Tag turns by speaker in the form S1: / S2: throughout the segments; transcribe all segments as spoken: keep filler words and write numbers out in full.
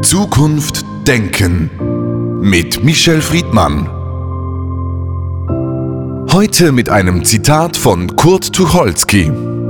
S1: Zukunft denken mit Michel Friedmann. Heute mit einem Zitat von Kurt Tucholsky.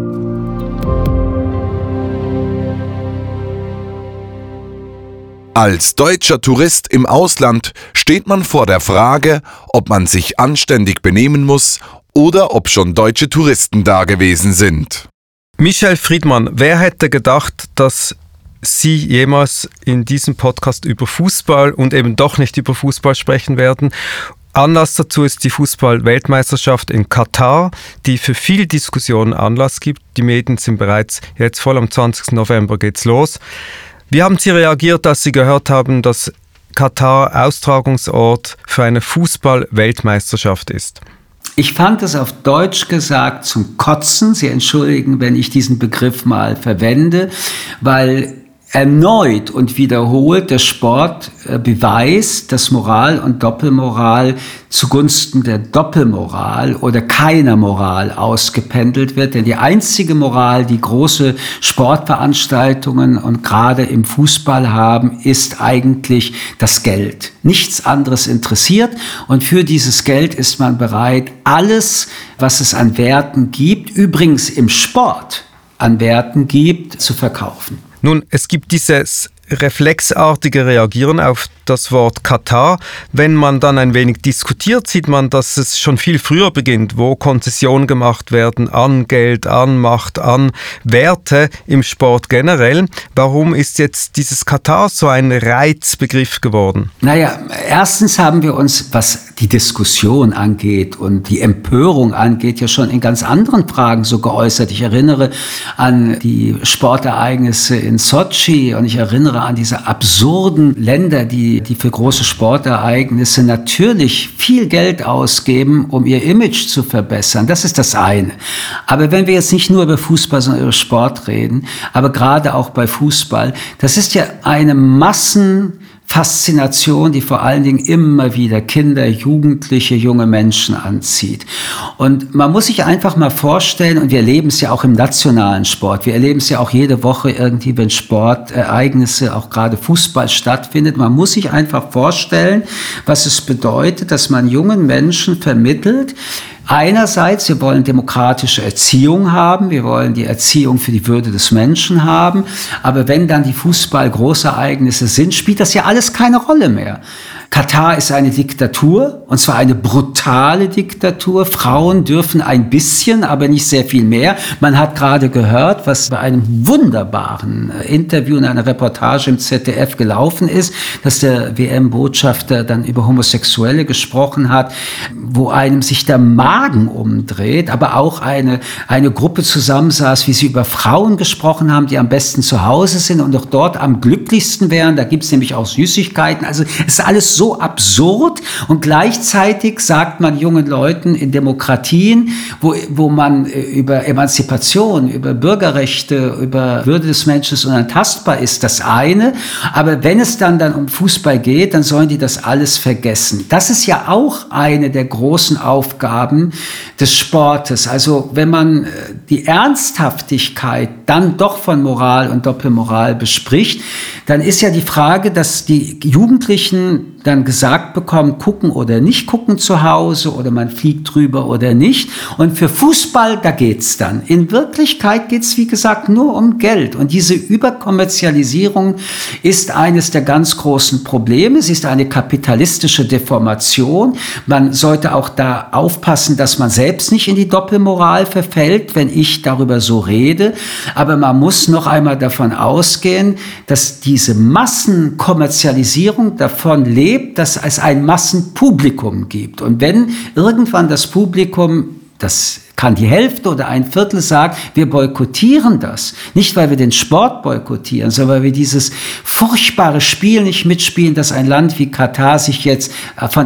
S1: Als deutscher Tourist im Ausland steht man vor der Frage, ob man sich anständig benehmen muss oder ob schon deutsche Touristen da gewesen sind.
S2: Michel Friedmann, wer hätte gedacht, dass Sie jemals in diesem Podcast über Fußball und eben doch nicht über Fußball sprechen werden? Anlass dazu ist die Fußball-Weltmeisterschaft in Katar, die für viel Diskussion Anlass gibt. Die Medien sind bereits jetzt voll, am zwanzigsten November geht's los. Wie haben Sie reagiert, als Sie gehört haben, dass Katar Austragungsort für eine Fußball-Weltmeisterschaft ist?
S3: Ich fand es auf Deutsch gesagt zum Kotzen. Sie entschuldigen, wenn ich diesen Begriff mal verwende, weil erneut und wiederholt der Sport äh, beweist, dass Moral und Doppelmoral zugunsten der Doppelmoral oder keiner Moral ausgependelt wird. Denn die einzige Moral, die große Sportveranstaltungen und gerade im Fußball haben, ist eigentlich das Geld. Nichts anderes interessiert und für dieses Geld ist man bereit, alles, was es an Werten gibt, übrigens im Sport an Werten gibt, zu verkaufen.
S2: Nun, es gibt dieses reflexartige Reagieren auf das Wort Katar. Wenn man dann ein wenig diskutiert, sieht man, dass es schon viel früher beginnt, wo Konzessionen gemacht werden an Geld, an Macht, an Werte im Sport generell. Warum ist jetzt dieses Katar so ein Reizbegriff geworden?
S3: Naja, erstens haben wir uns, was die Diskussion angeht und die Empörung angeht, ja schon in ganz anderen Fragen so geäußert. Ich erinnere an die Sportereignisse in Sotschi und ich erinnere an diese absurden Länder, die, die für große Sportereignisse natürlich viel Geld ausgeben, um ihr Image zu verbessern. Das ist das eine. Aber wenn wir jetzt nicht nur über Fußball, sondern über Sport reden, aber gerade auch bei Fußball, das ist ja eine Massen Faszination, die vor allen Dingen immer wieder Kinder, Jugendliche, junge Menschen anzieht. Und man muss sich einfach mal vorstellen, und wir erleben es ja auch im nationalen Sport, wir erleben es ja auch jede Woche irgendwie, wenn Sportereignisse, auch gerade Fußball stattfindet, man muss sich einfach vorstellen, was es bedeutet, dass man jungen Menschen vermittelt, einerseits, wir wollen demokratische Erziehung haben, wir wollen die Erziehung für die Würde des Menschen haben, aber wenn dann die Fußball-Großereignisse sind, spielt das ja alles keine Rolle mehr. Katar ist eine Diktatur, und zwar eine brutale Diktatur. Frauen dürfen ein bisschen, aber nicht sehr viel mehr. Man hat gerade gehört, was bei einem wunderbaren Interview in einer Reportage im Z D F gelaufen ist, dass der W M-Botschafter dann über Homosexuelle gesprochen hat, wo einem sich der Magen umdreht, aber auch eine, eine Gruppe zusammensaß, wie sie über Frauen gesprochen haben, die am besten zu Hause sind und auch dort am glücklichsten wären. Da gibt es nämlich auch Süßigkeiten. Also es ist alles so absurd und gleichzeitig sagt man jungen Leuten in Demokratien, wo, wo man über Emanzipation, über Bürgerrechte, über Würde des Menschen unantastbar ist, das eine. Aber wenn es dann, dann um Fußball geht, dann sollen die das alles vergessen. Das ist ja auch eine der großen Aufgaben des Sportes. Also wenn man die Ernsthaftigkeit dann doch von Moral und Doppelmoral bespricht, dann ist ja die Frage, dass die Jugendlichen dann gesagt bekommen, gucken oder nicht gucken zu Hause oder man fliegt drüber oder nicht. Und für Fußball, da geht's dann. In Wirklichkeit geht's, wie gesagt, nur um Geld. Und diese Überkommerzialisierung ist eines der ganz großen Probleme. Sie ist eine kapitalistische Deformation. Man sollte auch da aufpassen, dass man selbst nicht in die Doppelmoral verfällt, wenn ich darüber so rede. Aber man muss noch einmal davon ausgehen, dass diese Massenkommerzialisierung davon lebt, dass es ein Massenpublikum gibt. Und wenn irgendwann das Publikum, das kann die Hälfte oder ein Viertel sagt, wir boykottieren das. Nicht, weil wir den Sport boykottieren, sondern weil wir dieses furchtbare Spiel nicht mitspielen, dass ein Land wie Katar sich jetzt von der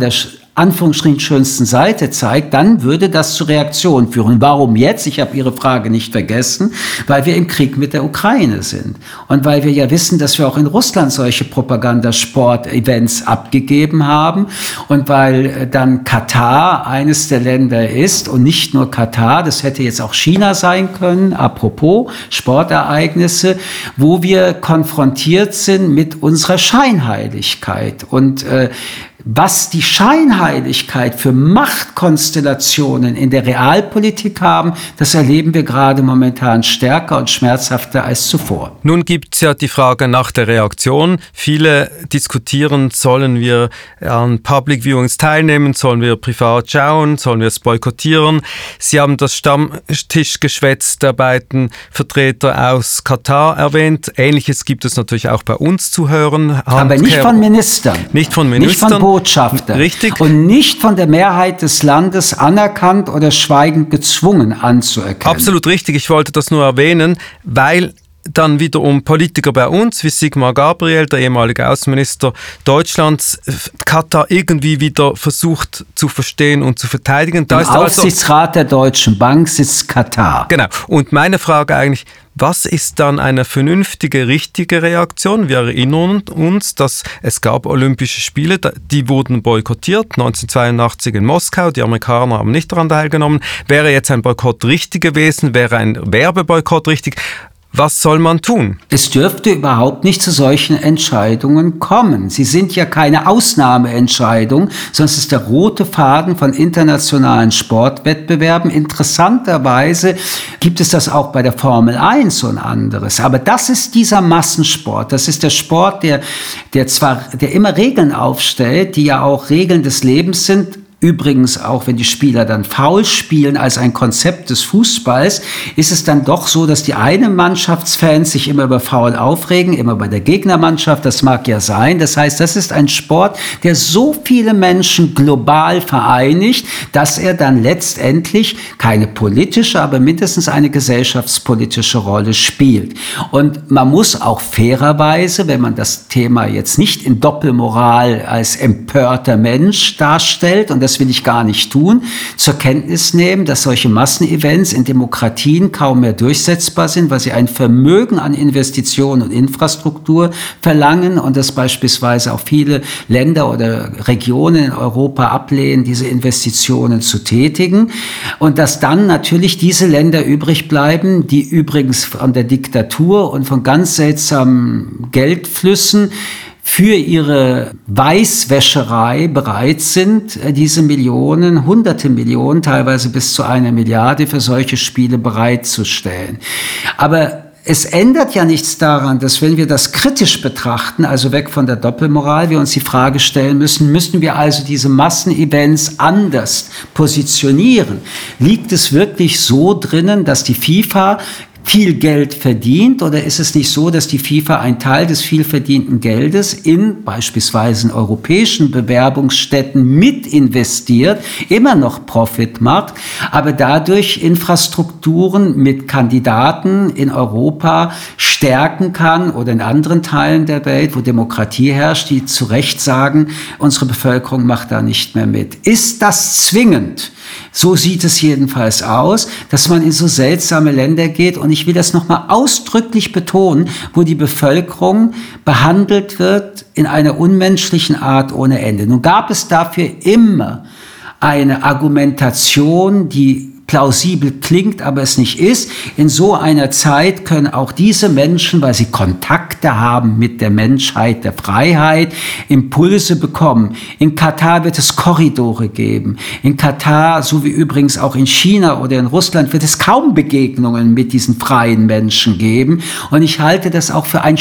S3: Anführungsstrichen schönsten Seite zeigt, dann würde das zu Reaktionen führen. Warum jetzt? Ich habe Ihre Frage nicht vergessen, weil wir im Krieg mit der Ukraine sind. Und weil wir ja wissen, dass wir auch in Russland solche Propagandasport-Events abgegeben haben. Und weil dann Katar eines der Länder ist und nicht nur Katar, das hätte jetzt auch China sein können, apropos Sportereignisse, wo wir konfrontiert sind mit unserer Scheinheiligkeit. Und äh, was die Scheinheiligkeit für Machtkonstellationen in der Realpolitik haben, das erleben wir gerade momentan stärker und schmerzhafter als zuvor.
S2: Nun gibt es ja die Frage nach der Reaktion. Viele diskutieren, sollen wir an Public Viewings teilnehmen, sollen wir privat schauen, sollen wir es boykottieren. Sie haben das Stammtischgeschwätz der beiden Vertreter aus Katar erwähnt. Ähnliches gibt es natürlich auch bei uns zu hören.
S3: Aber nicht von Ministern.
S2: Nicht von Ministern.
S3: Nicht von Botschafter.
S2: Richtig.
S3: Und nicht von der Mehrheit des Landes anerkannt oder schweigend gezwungen anzuerkennen.
S2: Absolut richtig. Ich wollte das nur erwähnen, weil dann wiederum Politiker bei uns, wie Sigmar Gabriel, der ehemalige Außenminister Deutschlands, Katar irgendwie wieder versucht zu verstehen und zu verteidigen. Da
S3: Im
S2: ist
S3: Aufsichtsrat also, der Deutschen Bank sitzt Katar.
S2: Genau. Und meine Frage eigentlich, was ist dann eine vernünftige, richtige Reaktion? Wir erinnern uns, dass es gab Olympische Spiele, die wurden boykottiert, neunzehnhundertzweiundachtzig in Moskau, die Amerikaner haben nicht daran teilgenommen. Wäre jetzt ein Boykott richtig gewesen? Wäre ein Werbeboykott richtig? Was soll man tun?
S3: Es dürfte überhaupt nicht zu solchen Entscheidungen kommen. Sie sind ja keine Ausnahmeentscheidung, sondern es ist der rote Faden von internationalen Sportwettbewerben. Interessanterweise gibt es das auch bei der Formel eins und anderes. Aber das ist dieser Massensport. Das ist der Sport, der, der zwar, der immer Regeln aufstellt, die ja auch Regeln des Lebens sind. Übrigens, auch wenn die Spieler dann faul spielen als ein Konzept des Fußballs, ist es dann doch so, dass die einen Mannschaftsfans sich immer über Foul aufregen, immer bei der Gegnermannschaft, das mag ja sein. Das heißt, das ist ein Sport, der so viele Menschen global vereinigt, dass er dann letztendlich keine politische, aber mindestens eine gesellschaftspolitische Rolle spielt. Und man muss auch fairerweise, wenn man das Thema jetzt nicht in Doppelmoral als empörter Mensch darstellt, und das will ich gar nicht tun, zur Kenntnis nehmen, dass solche Massenevents in Demokratien kaum mehr durchsetzbar sind, weil sie ein Vermögen an Investitionen und Infrastruktur verlangen und dass beispielsweise auch viele Länder oder Regionen in Europa ablehnen, diese Investitionen zu tätigen. Und dass dann natürlich diese Länder übrig bleiben, die übrigens von der Diktatur und von ganz seltsamen Geldflüssen für ihre Weißwäscherei bereit sind, diese Millionen, hunderte Millionen, teilweise bis zu einer Milliarde für solche Spiele bereitzustellen. Aber es ändert ja nichts daran, dass wenn wir das kritisch betrachten, also weg von der Doppelmoral, wir uns die Frage stellen müssen, müssen wir also diese Massenevents anders positionieren? Liegt es wirklich so drinnen, dass die FIFA viel Geld verdient, oder ist es nicht so, dass die FIFA einen Teil des viel verdienten Geldes in beispielsweise in europäischen Bewerbungsstätten mit investiert, immer noch Profit macht, aber dadurch Infrastrukturen mit Kandidaten in Europa stärken kann oder in anderen Teilen der Welt, wo Demokratie herrscht, die zu Recht sagen, unsere Bevölkerung macht da nicht mehr mit. Ist das zwingend? So sieht es jedenfalls aus, dass man in so seltsame Länder geht, und ich will das nochmal ausdrücklich betonen, wo die Bevölkerung behandelt wird in einer unmenschlichen Art ohne Ende. Nun gab es dafür immer eine Argumentation, die plausibel klingt, aber es nicht ist. In so einer Zeit können auch diese Menschen, weil sie Kontakte haben mit der Menschheit, der Freiheit, Impulse bekommen. In Katar wird es Korridore geben. In Katar, so wie übrigens auch in China oder in Russland, wird es kaum Begegnungen mit diesen freien Menschen geben. Und ich halte das auch für ein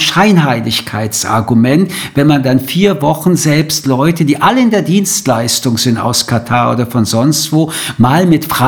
S3: Scheinheiligkeitsargument, wenn man dann vier Wochen selbst Leute, die alle in der Dienstleistung sind aus Katar oder von sonst wo, mal mit freien Menschen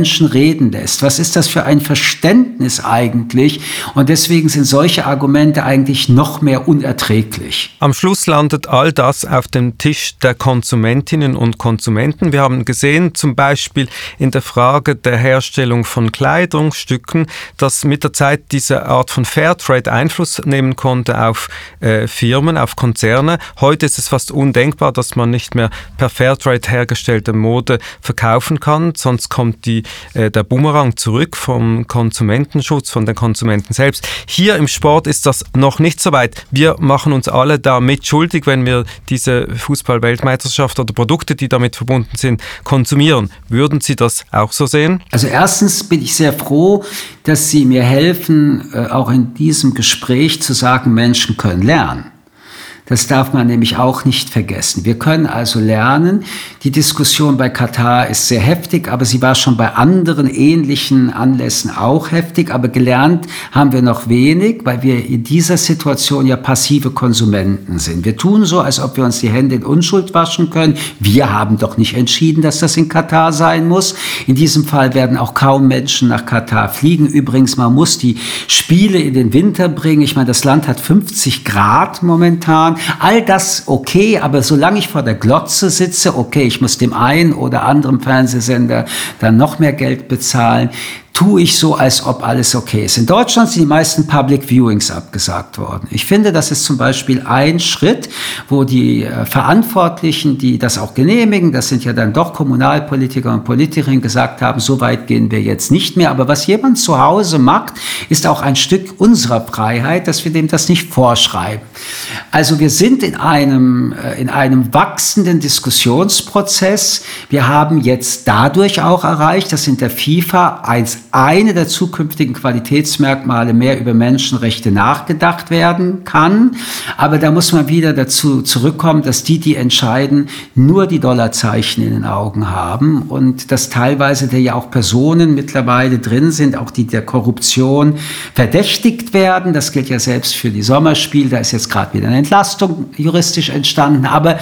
S3: Menschen reden lässt. Was ist das für ein Verständnis eigentlich? Und deswegen sind solche Argumente eigentlich noch mehr unerträglich.
S2: Am Schluss landet all das auf dem Tisch der Konsumentinnen und Konsumenten. Wir haben gesehen, zum Beispiel in der Frage der Herstellung von Kleidungsstücken, dass mit der Zeit diese Art von Fairtrade Einfluss nehmen konnte auf äh, Firmen, auf Konzerne. Heute ist es fast undenkbar, dass man nicht mehr per Fairtrade hergestellte Mode verkaufen kann, sonst kommt die, äh, der Bumerang zurück vom Konsumentenschutz, von den Konsumenten selbst. Hier im Sport ist das noch nicht so weit. Wir machen uns alle damit schuldig, wenn wir diese Fußball-Weltmeisterschaft oder Produkte, die damit verbunden sind, konsumieren. Würden Sie das auch so sehen?
S3: Also erstens bin ich sehr froh, dass Sie mir helfen, äh, auch in diesem Gespräch zu sagen, Menschen können lernen. Das darf man nämlich auch nicht vergessen. Wir können also lernen. Die Diskussion bei Katar ist sehr heftig, aber sie war schon bei anderen ähnlichen Anlässen auch heftig. Aber gelernt haben wir noch wenig, weil wir in dieser Situation ja passive Konsumenten sind. Wir tun so, als ob wir uns die Hände in Unschuld waschen können. Wir haben doch nicht entschieden, dass das in Katar sein muss. In diesem Fall werden auch kaum Menschen nach Katar fliegen. Übrigens, man muss die Spiele in den Winter bringen. Ich meine, das Land hat fünfzig Grad momentan. All das okay, aber solange ich vor der Glotze sitze, okay, ich muss dem einen oder anderen Fernsehsender dann noch mehr Geld bezahlen, tue ich so, als ob alles okay ist. In Deutschland sind die meisten Public Viewings abgesagt worden. Ich finde, das ist zum Beispiel ein Schritt, wo die äh, Verantwortlichen, die das auch genehmigen, das sind ja dann doch Kommunalpolitiker und Politikerinnen, gesagt haben, so weit gehen wir jetzt nicht mehr. Aber was jemand zu Hause macht, ist auch ein Stück unserer Freiheit, dass wir dem das nicht vorschreiben. Also wir sind in einem, äh, in einem wachsenden Diskussionsprozess. Wir haben jetzt dadurch auch erreicht, dass in der FIFA eins eine der zukünftigen Qualitätsmerkmale mehr über Menschenrechte nachgedacht werden kann. Aber da muss man wieder dazu zurückkommen, dass die, die entscheiden, nur die Dollarzeichen in den Augen haben und dass teilweise da ja auch Personen mittlerweile drin sind, auch die der Korruption verdächtigt werden. Das gilt ja selbst für die Sommerspiele. Da ist jetzt gerade wieder eine Entlastung juristisch entstanden. Aber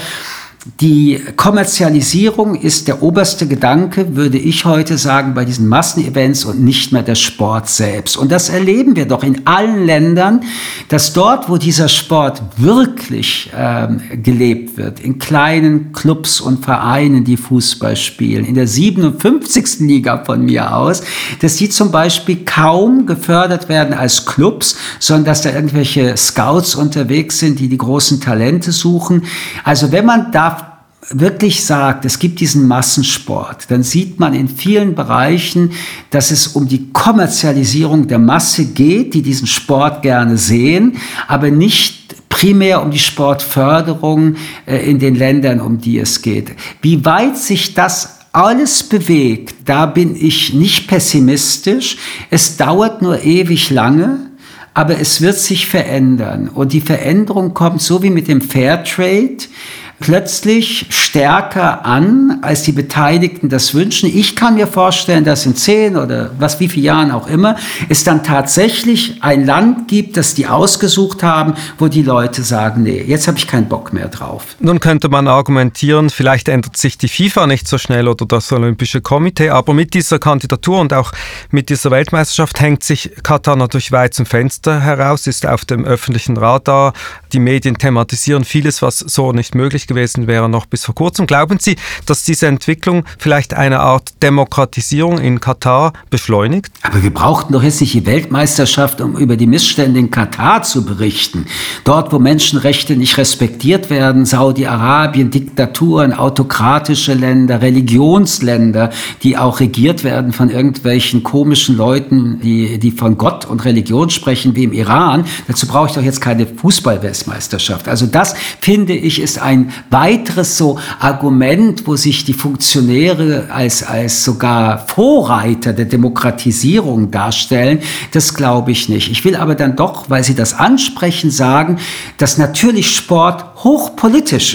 S3: die Kommerzialisierung ist der oberste Gedanke, würde ich heute sagen, bei diesen Massenevents und nicht mehr der Sport selbst. Und das erleben wir doch in allen Ländern, dass dort, wo dieser Sport wirklich ähm, gelebt wird, in kleinen Clubs und Vereinen, die Fußball spielen, in der siebenundfünfzigsten Liga von mir aus, dass die zum Beispiel kaum gefördert werden als Clubs, sondern dass da irgendwelche Scouts unterwegs sind, die die großen Talente suchen. Also wenn man da wirklich sagt, es gibt diesen Massensport, dann sieht man in vielen Bereichen, dass es um die Kommerzialisierung der Masse geht, die diesen Sport gerne sehen, aber nicht primär um die Sportförderung äh, in den Ländern, um die es geht. Wie weit sich das alles bewegt, da bin ich nicht pessimistisch. Es dauert nur ewig lange. Aber es wird sich verändern. Und die Veränderung kommt so wie mit dem Fairtrade plötzlich stärker an, als die Beteiligten das wünschen. Ich kann mir vorstellen, dass in zehn oder was wie viele Jahren auch immer es dann tatsächlich ein Land gibt, das die ausgesucht haben, wo die Leute sagen, nee, jetzt habe ich keinen Bock mehr drauf.
S2: Nun könnte man argumentieren, vielleicht ändert sich die FIFA nicht so schnell oder das Olympische Komitee, aber mit dieser Kandidatur und auch mit dieser Weltmeisterschaft hängt sich Katar natürlich weit zum Fenster heraus, ist auf dem öffentlichen Radar. Die Medien thematisieren vieles, was so nicht möglich gewesen wäre noch bis vor kurzem. Glauben Sie, dass diese Entwicklung vielleicht eine Art Demokratisierung in Katar beschleunigt?
S3: Aber wir brauchten doch jetzt nicht die Weltmeisterschaft, um über die Missstände in Katar zu berichten. Dort, wo Menschenrechte nicht respektiert werden, Saudi-Arabien, Diktaturen, autokratische Länder, Religionsländer, die auch regiert werden von irgendwelchen komischen Leuten, die, die von Gott und Religion sprechen, wie im Iran. Dazu brauche ich doch jetzt keine Fußball-Weltmeisterschaft. Also das, finde ich, ist ein weiteres so Argument, wo sich die Funktionäre als, als sogar Vorreiter der Demokratisierung darstellen. Das glaube ich nicht. Ich will aber dann doch, weil Sie das ansprechen, sagen, dass natürlich Sport hochpolitisch ist.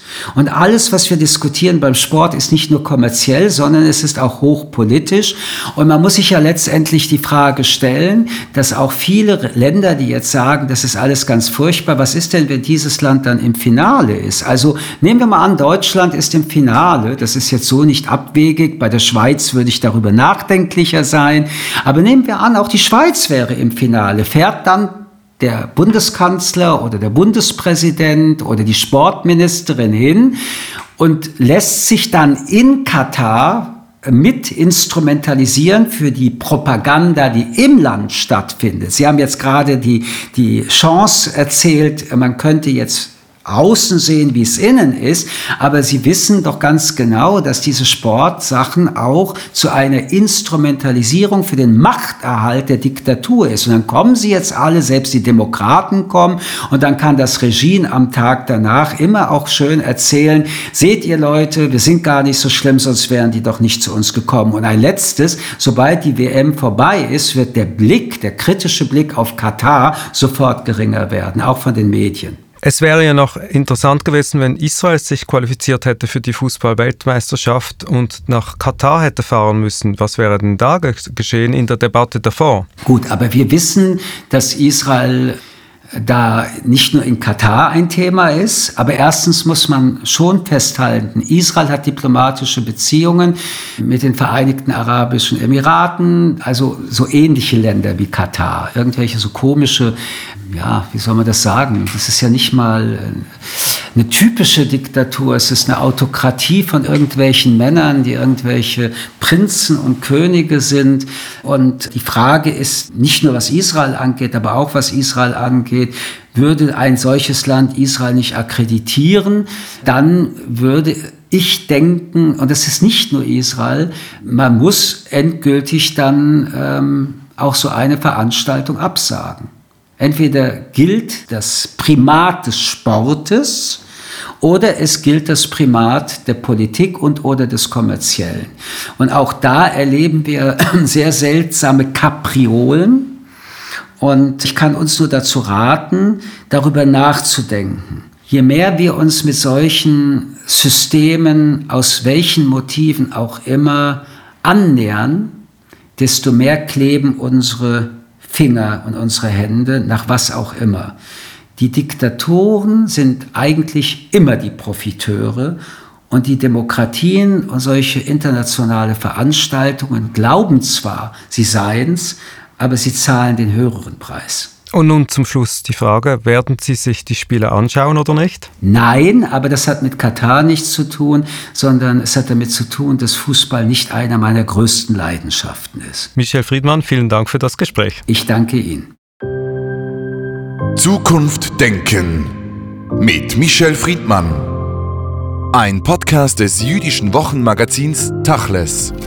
S3: Und alles, was wir diskutieren beim Sport, ist nicht nur kommerziell, sondern es ist auch hochpolitisch. Und man muss sich ja letztendlich die Frage stellen, dass auch viele Länder, die jetzt sagen, das ist alles ganz furchtbar, was ist denn, wenn dieses Land dann im Finale ist? Also nehmen wir mal an, Deutschland ist im Finale. Das ist jetzt so nicht abwegig. Bei der Schweiz würde ich darüber nachdenklicher sein. Aber nehmen wir an, auch die Schweiz wäre im Finale. Fährt dann der Bundeskanzler oder der Bundespräsident oder die Sportministerin hin und lässt sich dann in Katar mit instrumentalisieren für die Propaganda, die im Land stattfindet. Sie haben jetzt gerade die, die Chance erzählt, man könnte jetzt außen sehen, wie es innen ist, aber Sie wissen doch ganz genau, dass diese Sportsachen auch zu einer Instrumentalisierung für den Machterhalt der Diktatur ist. Und dann kommen Sie jetzt alle, selbst die Demokraten kommen, und dann kann das Regime am Tag danach immer auch schön erzählen, seht ihr Leute, wir sind gar nicht so schlimm, sonst wären die doch nicht zu uns gekommen. Und ein letztes, sobald die W M vorbei ist, wird der Blick, der kritische Blick auf Katar sofort geringer werden, auch von den Medien.
S2: Es wäre ja noch interessant gewesen, wenn Israel sich qualifiziert hätte für die Fußball-Weltmeisterschaft und nach Katar hätte fahren müssen. Was wäre denn da ge- geschehen in der Debatte davor?
S3: Gut, aber wir wissen, dass Israel da nicht nur in Katar ein Thema ist, aber erstens muss man schon festhalten, Israel hat diplomatische Beziehungen mit den Vereinigten Arabischen Emiraten, also so ähnliche Länder wie Katar, irgendwelche so komische, ja, wie soll man das sagen, das ist ja nicht mal eine typische Diktatur, es ist eine Autokratie von irgendwelchen Männern, die irgendwelche Prinzen und Könige sind, und die Frage ist nicht nur, was Israel angeht, aber auch was Israel angeht, würde ein solches Land Israel nicht akkreditieren, dann würde ich denken, und das ist nicht nur Israel, man muss endgültig dann ähm, auch so eine Veranstaltung absagen. Entweder gilt das Primat des Sportes oder es gilt das Primat der Politik und oder des Kommerziellen. Und auch da erleben wir sehr seltsame Kapriolen. Und ich kann uns nur dazu raten, darüber nachzudenken. Je mehr wir uns mit solchen Systemen, aus welchen Motiven auch immer, annähern, desto mehr kleben unsere Finger und unsere Hände nach was auch immer. Die Diktatoren sind eigentlich immer die Profiteure, und die Demokratien und solche internationale Veranstaltungen glauben zwar, sie seien's, aber sie zahlen den höheren Preis.
S2: Und nun zum Schluss die Frage, werden Sie sich die Spiele anschauen oder nicht?
S3: Nein, aber das hat mit Katar nichts zu tun, sondern es hat damit zu tun, dass Fußball nicht einer meiner größten Leidenschaften ist.
S2: Michel Friedmann, vielen Dank für das Gespräch.
S3: Ich danke Ihnen.
S1: Zukunft denken mit Michel Friedmann. Ein Podcast des jüdischen Wochenmagazins Tachles.